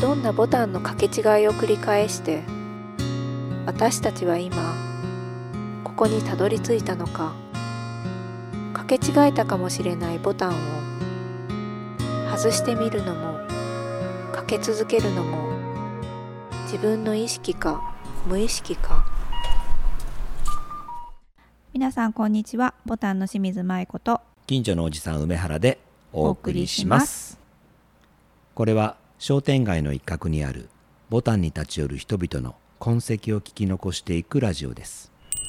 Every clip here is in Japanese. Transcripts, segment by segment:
どんなボタンの掛け違いを繰り返して私たちは今ここにたどり着いたのか。掛け違えたかもしれないボタンを外してみるのもかけ続けるのも自分の意識か無意識か。 皆さんこんにちは。ボタンの清水舞子と近所のおじさん梅原でお送りします。これは商店街の一角にあるボタンに立ち寄る人々の痕跡を聞き残していくラジオです。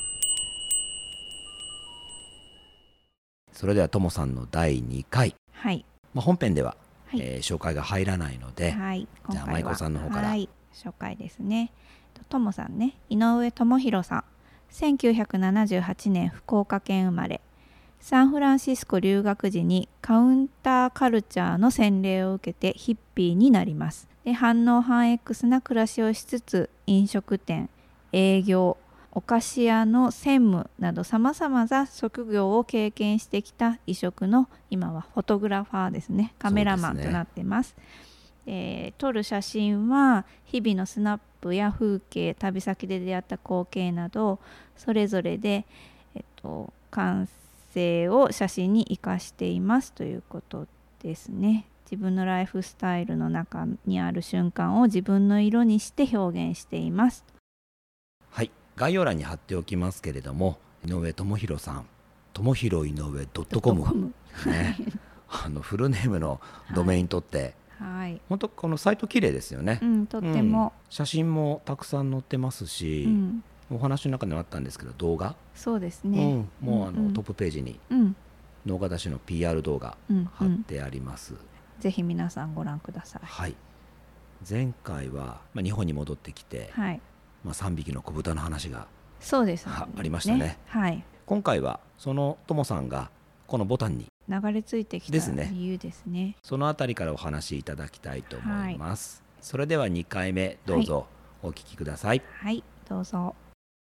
それではともさんの第2回、 はい、 本編では、 はい紹介が入らないので、 はい、 じゃあ舞子さんの方から、 はい、紹介ですね。ともさんね、井上智弘さん、1978年福岡県生まれ、サンフランシスコ留学時にカウンターカルチャーの洗礼を受けてヒッピーになります。で、反応反 X な暮らしをしつつ飲食店、営業、お菓子屋の専務などさまざまな職業を経験してきた異色の今はフォトグラファーですね。カメラマンとなってます。撮る写真は日々のスナップや風景、旅先で出会った光景などそれぞれで、感性を写真に生かしていますということですね。自分のライフスタイルの中にある瞬間を自分の色にして表現しています。 はい、概要欄に貼っておきますけれども、井上智弘さん、智弘井上 .com、ね、フルネームのドメイン取って、はい、本当このサイト綺麗ですよね。 とっても、 写真もたくさん載ってますし、お話の中でもあったんですけど動画、 そうですね、 もうトップページに能形市の PR 動画貼ってあります。 ぜひ皆さんご覧ください。 はい、前回は、日本に戻ってきて、はい、3匹の子豚の話がそうです、ね、 ありましたね。はい、今回はそのともさんがこのボタンに流れ着いてきた理由ですね。 そのあたりからお話しいただきたいと思います。はい、それでは2回目どうぞお聞きください。 はい、どうぞ。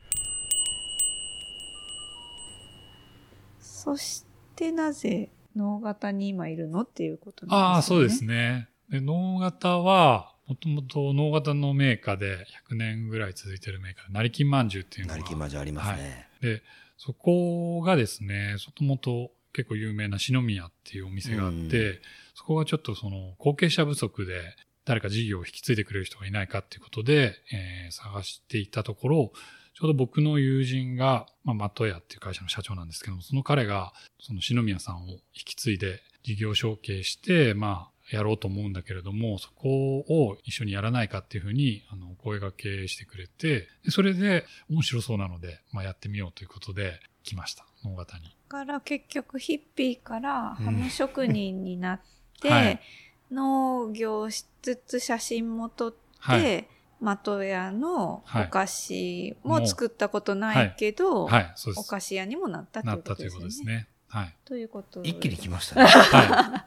そしてなぜ能形に今いるのっていうことなんですね。 そうですね。で、能形はもともと能形の名家で100年ぐらい続いてる名家で成金まんじゅうっていうのが成金まんじゅうありますね。 はい、でそこがですね、もともと結構有名な篠宮っていうお店があって、そこがちょっとその後継者不足で誰か事業を引き継いでくれる人がいないかっていうことで、探していたところ、ちょうど僕の友人が、マトヤっていう会社の社長なんですけども、その彼がその篠宮さんを引き継いで事業承継して、やろうと思うんだけれども、そこを一緒にやらないかっていうふうにお声掛けしてくれて、それで面白そうなので、やってみようということで来ました、能形に。 だから結局ヒッピーからハム職人になって、はい、農業しつつ写真も撮って、はい、的屋のお菓子も作ったことないけど、お菓子屋にもなったということですね。なったということですね。はい。ということで。 一気に来ましたね。はい、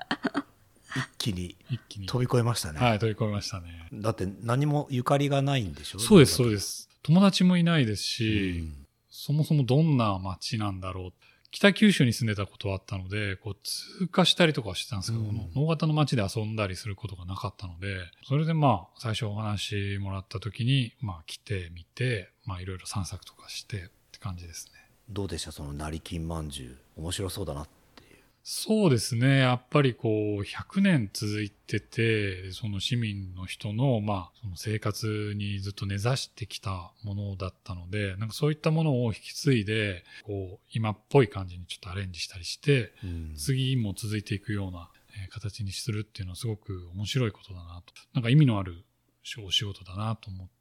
一気に飛び越えましたね。 はい、飛び越えましたね。 だって何もゆかりがないんでしょ？ そうです、そうです。友達もいないですし、そもそもどんな街なんだろう。北九州に住んでたことはあったので、通過したりとかはしてたんですけど、能形の街で遊んだりすることがなかったので、それで最初お話もらった時に、来てみて、いろいろ散策とかしてって感じですね。 どうでした？その成金まんじゅう、面白そうだなっていう。 そうですね。やっぱり100年続いてて、その市民の人の、その生活にずっと根ざしてきたものだったので、なんかそういったものを引き継いで、今っぽい感じにちょっとアレンジしたりして、次も続いていくような形にするっていうのはすごく面白いことだなと。なんか意味のあるお仕事だなと思って、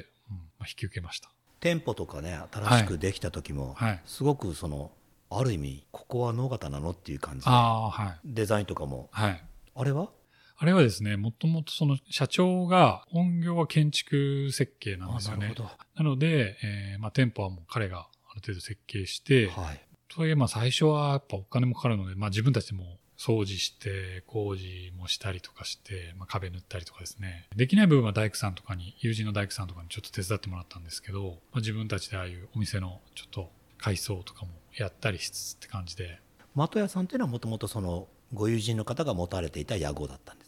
引き受けました。 店舗とかね、新しくできた時も、すごくある意味ここは能形なのっていう感じで、デザインとかも、あれはですね、もともとその社長が本業は建築設計なんですよね。なので、店舗はもう彼がある程度設計して、とはいえ最初はやっぱお金もかかるので、自分たちでも掃除して工事もしたりとかして、壁塗ったりとかですね。できない部分は大工さんとかに、友人の大工さんとかにちょっと手伝ってもらったんですけど、自分たちでああいうお店のちょっと改装とかもやったりしつつって感じで。 的屋さんっていうのはもともとそのご友人の方が持たれていた屋号だったんですか？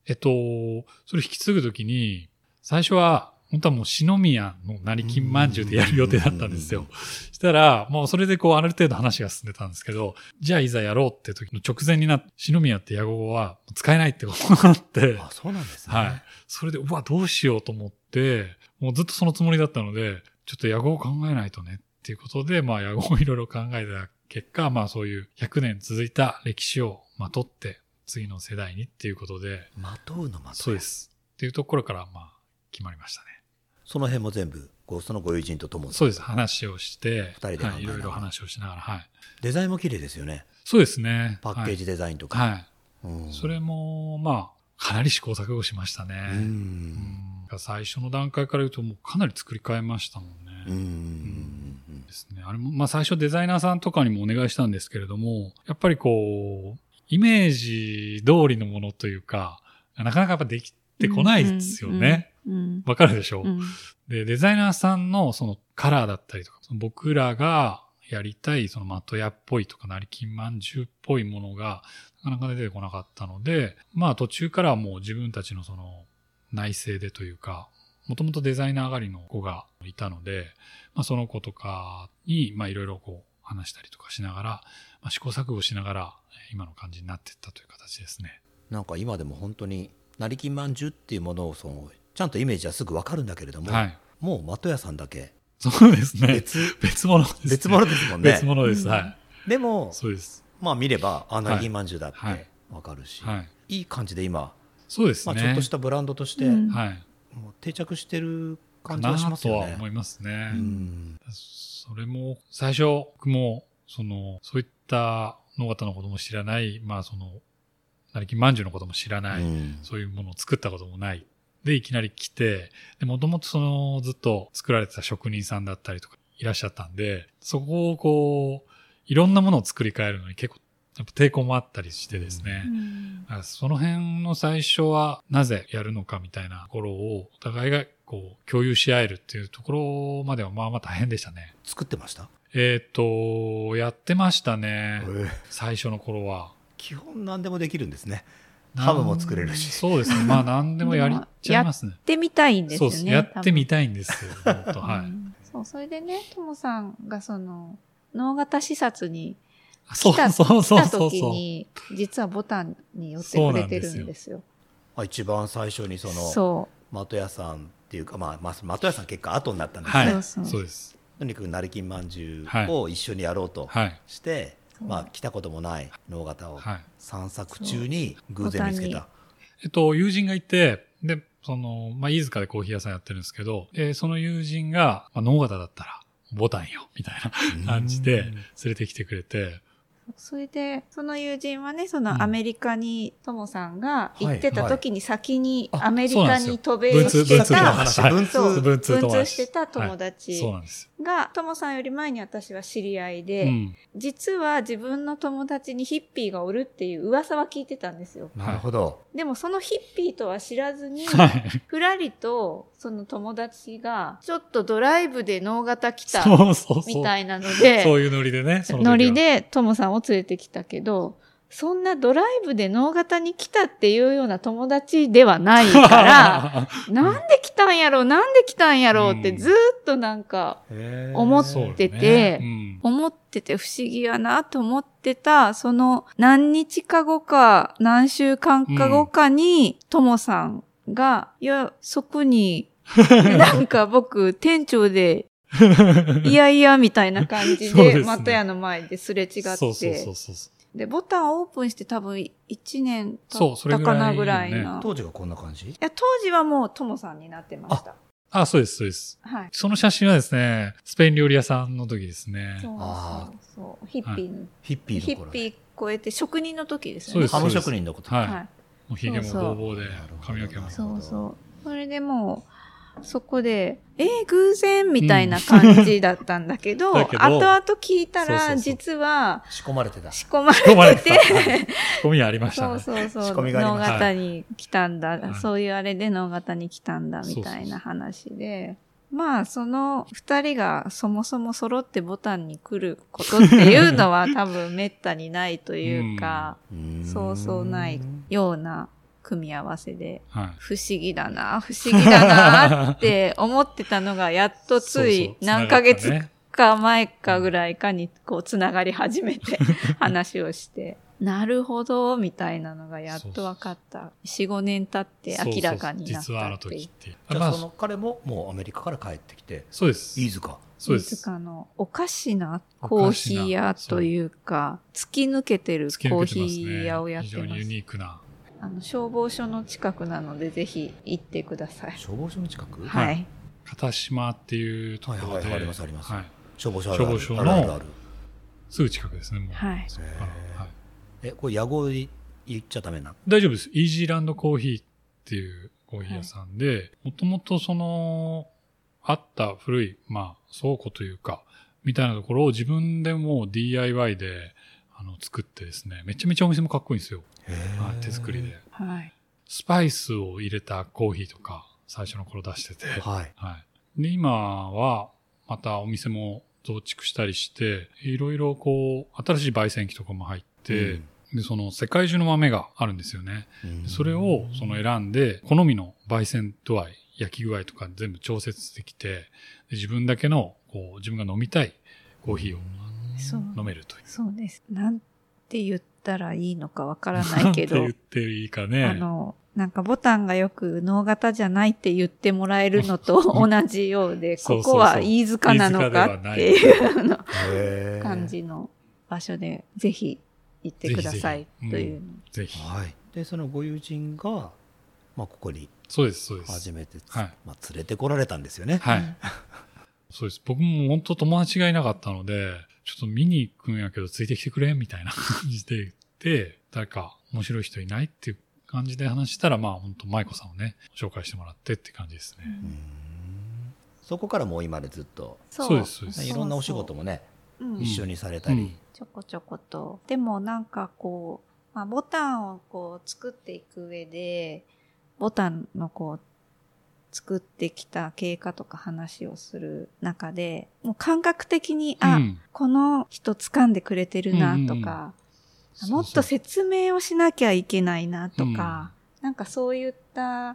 それ引き継ぐときに、最初は、本当はもう篠宮の成金まんじゅうでやる予定だったんですよ。したら、もうそれである程度話が進んでたんですけど、じゃあいざやろうって時の直前になって、篠宮って屋号は使えないってことになって。 あ、そうなんですね。 はい。それで、どうしようと思って、もうずっとそのつもりだったので、ちょっと屋号を考えないとねっていうことで、屋号をいろいろ考えた結果、そういう100年続いた歴史をまとって、次の世代にっていうことで。 まとうのまとう。 そうです。っていうところから、決まりましたね。 その辺も全部そのご友人とともにそうです。話をして 2人でいろいろ話をしながら、はい。 デザインも綺麗ですよね。 そうですね。 パッケージデザインとか。 はい。それもかなり試行錯誤しましたね。最初の段階から言うともうかなり作り変えましたもんね。ですね。あれも最初デザイナーさんとかにもお願いしたんですけれども、やっぱりイメージ通りのものというか、なかなかやっぱできてこないですよね。わかるでしょ、で、デザイナーさんのそのカラーだったりとか、僕らがやりたいその的屋っぽいとか成金まんじゅうっぽいものがなかなか出てこなかったので、途中からはもう自分たちのその内政でというか、もともとデザイナー上がりの子がいたので、その子とかにいろいろ話したりとかしながら、試行錯誤しながら今の感じになっていったという形ですね。 なんか今でも本当に成金まんじゅうっていうものをちゃんとイメージはすぐ分かるんだけれども、もう的屋さんだけそうですね。別物です、ね。 別物ですもんね。 別物です。はい。 でも、 そうです。 見れば、成金まんじゅうだって分かるし、いい感じで今、 そうですね。 ちょっとしたブランドとして、もう定着してる感じがしますよね。 かなとは思いますね。それも、最初、僕も、そういった農方のことも知らない、成金まんじゅうのことも知らない、そういうものを作ったこともない。で、いきなり来て、で、もともとずっと作られてた職人さんだったりとかいらっしゃったんで、そこをいろんなものを作り変えるのに結構、やっぱ抵抗もあったりしてですね。その辺の最初はなぜやるのかみたいなところをお互いが共有し合えるっていうところまでは大変でしたね。 作ってました？ やってましたね。最初の頃は。 基本何でもできるんですね。ハムも作れるし。 そうですね。何でもやっちゃいますね。 やってみたいんですよね。 そうです。やってみたいんですよ。はい。 そう、それでね、ともさんが能形視察に来た時に、実はボタンに寄ってくれてるんですよ。 一番最初に的屋さんっていうか、的屋さん結果後になったんですね。 そうです。 とにかく成金まんじゅうを一緒にやろうとして、来たこともない能形を散策中に偶然見つけた。 友人がいて、で、飯塚でコーヒー屋さんやってるんですけど、その友人が、能形だったらボタンよ、みたいな感じで連れてきてくれて、 それで、その友人はね、アメリカにともさんが行ってた時に先にアメリカに渡米してた、文通してた友達が、ともさんより前に私は知り合いで、実は自分の友達にヒッピーがおるっていう噂は聞いてたんですよ。 なるほど。 でもそのヒッピーとは知らずに、ふらりとその友達が、ちょっとドライブで能形来た、みたいなので、 そういうノリでね、 ノリでともさんを連れてきたけど、そんなドライブで能形に来たっていうような友達ではないから、なんで来たんやろうってずーっとなんか思ってて、思ってて不思議やなと思ってた、その何日か後か何週間か後かにともさんが、いや、そこになんか僕店長でいやいやみたいな感じで、的屋の前ですれ違って、で、ボタンをオープンして多分1年経ったかなぐらいな。 当時はこんな感じ？ いや、当時はもうともさんになってました。 そうです、そうです。 はい。 その写真はですね、スペイン料理屋さんの時ですね。 そう。ヒッピーの。 ヒッピー超えて職人の時ですよね。 ハム職人のこと。 はい。もう髭もボーボーで、髪の毛も。 そう。それでもう、そこで、偶然みたいな感じだったんだけど、後々聞いたら、実は、 仕込まれてて。 仕込みありましたね。 そう。能形に来たんだ。そういうあれで能形に来たんだ、みたいな話で。その二人がそもそも揃ってボタンに来ることっていうのは多分滅多にないというか、そうないような組み合わせで、 はい、 不思議だなって思ってたのが、やっとつい何ヶ月か前かぐらいかにこうつながり始めて話をして、なるほどみたいなのがやっと分かった。4、5年経って明らかになったっていう。 実はあの時って。じゃあその彼ももうアメリカから帰ってきて。 そうです。 飯塚。 そうです。 飯塚のおかしなコーヒー屋というか、突き抜けてるコーヒー屋をやってます。 非常にユニークな。 消防署の近くなのでぜひ行ってください。 消防署の近く？ はい。 片島っていうところで。 はい、ありますあります。はい、消防署のすぐ近くですね。もうはい。 そこから。はい。 これ屋号で言っちゃダメな？ 大丈夫です。イージーランドコーヒーっていうコーヒー屋さんで、もともとあった古い、倉庫というか、みたいなところを自分でもう DIY で作ってですね、めちゃめちゃお店もかっこいいんですよ。手作りで。 はい。 スパイスを入れたコーヒーとか、最初の頃出してて。 はい。 はい。で、今は、またお店も増築したりして、いろいろ新しい焙煎機とかも入って、で、世界中の豆があるんですよね。それを選んで、好みの焙煎度合い、焼き具合とか全部調節できて、で自分だけの、自分が飲みたいコーヒーを飲めるという。 そうです。なんて言ったらいいのかわからないけど。 なんて言っていいかね。 なんかボタンがよく脳型じゃないって言ってもらえるのと同じようで、ここは飯塚なのかっていう感じの場所で、ぜひ行ってくださいという。 ぜひ。 はい。で、そのご友人が、ここにそうですそうです。 初めて、連れてこられたんですよね。 はい。そうです。僕も本当友達がいなかったので、ちょっと見に行くんやけどついてきてくれみたいな感じで言って、誰か面白い人いないっていう感じで話したら、本当舞子さんをね、紹介してもらってって感じですね。 そこからもう今でずっと。 そうです、そうです。 いろんなお仕事もね、一緒にされたり。 ちょこちょこと。でもなんかボタンを作っていく上で、ボタンの作ってきた経過とか話をする中で、もう感覚的に、この人掴んでくれてるなとか、もっと説明をしなきゃいけないなとか、なんかそういった、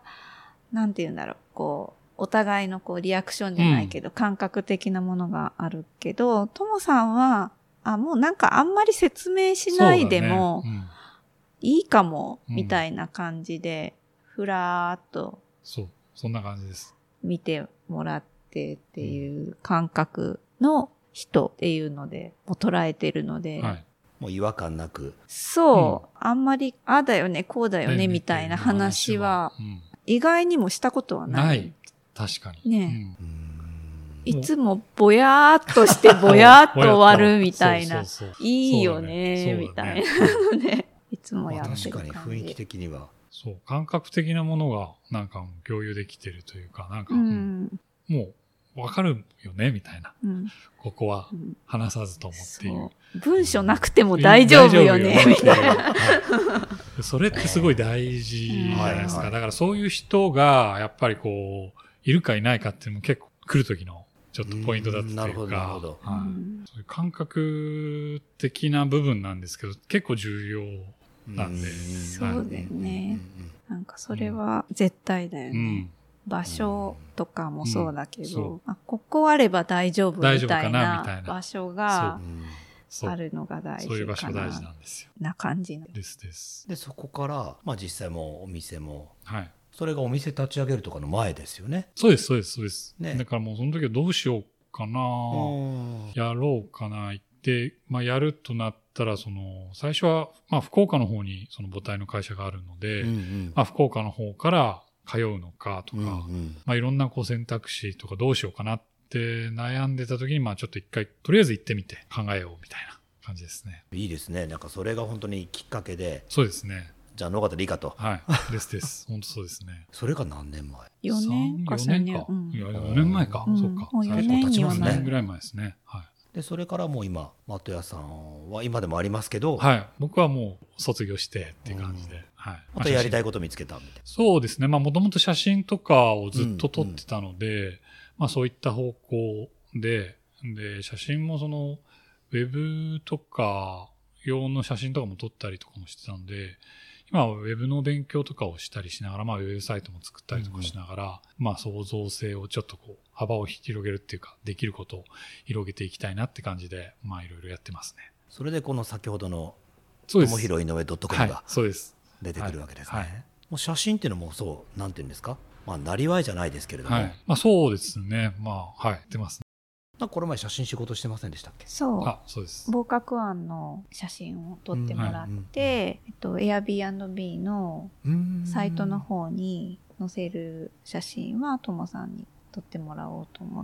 なんて言うんだろう、お互いのリアクションじゃないけど、感覚的なものがあるけど、ともさんは、もうなんかあんまり説明しないでも、いいかも、みたいな感じで、ふらーっと。 そんな感じです。 見てもらってっていう感覚の人っていうので、もう捉えてるので。 はい。もう違和感なく。 そう。あんまり、ああだよね、こうだよね、みたいな話は、意外にもしたことはない。 ない。確かに。 ね。いつもぼやーっとしてぼやーっと終わるみたいな。いいよね、みたいなので、いつもやってる感じ。 確かに雰囲気的には。 そう、感覚的なものがなんか共有できてるというか、なんか、もうわかるよね、みたいな。ここは話さずともっていう。 文章なくても大丈夫よね、みたいな。 それってすごい大事じゃないですか。だからそういう人が、やっぱりいるかいないかっていうのも結構来る時のちょっとポイントだったというか、 なるほど、なるほど。 そういう感覚的な部分なんですけど、結構重要なんで。 そうだよね。なんかそれは絶対だよね。場所とかもそうだけど、ここあれば大丈夫みたいな場所があるのが大事かな。 そういう場所大事なんですよ。 な感じです。 で、そこから、実際もお店も、 はい。 それがお店立ち上げるとかの前ですよね。 そうです。ね。だからもうその時はどうしようかな、やろうかな、言って、やるとなったら、最初は、福岡の方にその母体の会社があるので、福岡の方から通うのかとか、いろんな選択肢とかどうしようかなって悩んでた時に、ちょっと一回、とりあえず行ってみて考えようみたいな感じですね。 いいですね。なんかそれが本当にきっかけで。 そうですね。 じゃあ、野方でいいかと。 はい。です。本当そうですね。 それが何年前 ?4 年か 3年か。いや、4年前か。そうか。 もう4年には 4年ぐらい前ですね。はい。 で、それからもう今、的屋さんは今でもありますけど。 はい。僕はもう卒業してっていう感じで。はい。 またやりたいこと見つけたみたいな。 そうですね。もともと写真とかをずっと撮ってたので、そういった方向で、写真もウェブとか用の写真とかも撮ったりとかもしてたので、 今はウェブの勉強とかをしたりしながら、ウェブサイトも作ったりとかしながら、創造性をちょっと幅を広げるっていうか、できることを広げていきたいなって感じで、いろいろやってますね。 それでこの先ほどのともひろ井上.comが出てくるわけですね。もう写真っていうのもそうなんていうんですか、なりわいじゃないですけれども、 そうですね。出ますね。 この前写真仕事してませんでしたっけ？ そうです。合格案の写真を撮ってもらって、Airbnb のサイトの方に載せる写真はともさんに撮ってもらおうと思って、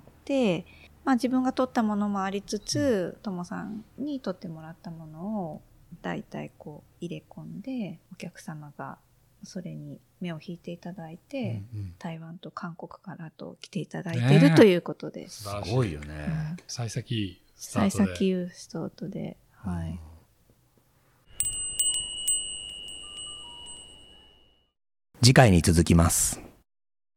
自分が撮ったものもありつつ、ともさんに撮ってもらったものをだいたい入れ込んで、お客様がそれに目を引いていただいて、台湾と韓国からと来ていただいているということです。 すごいよね。 幸先スタートで。はい。 次回に続きます。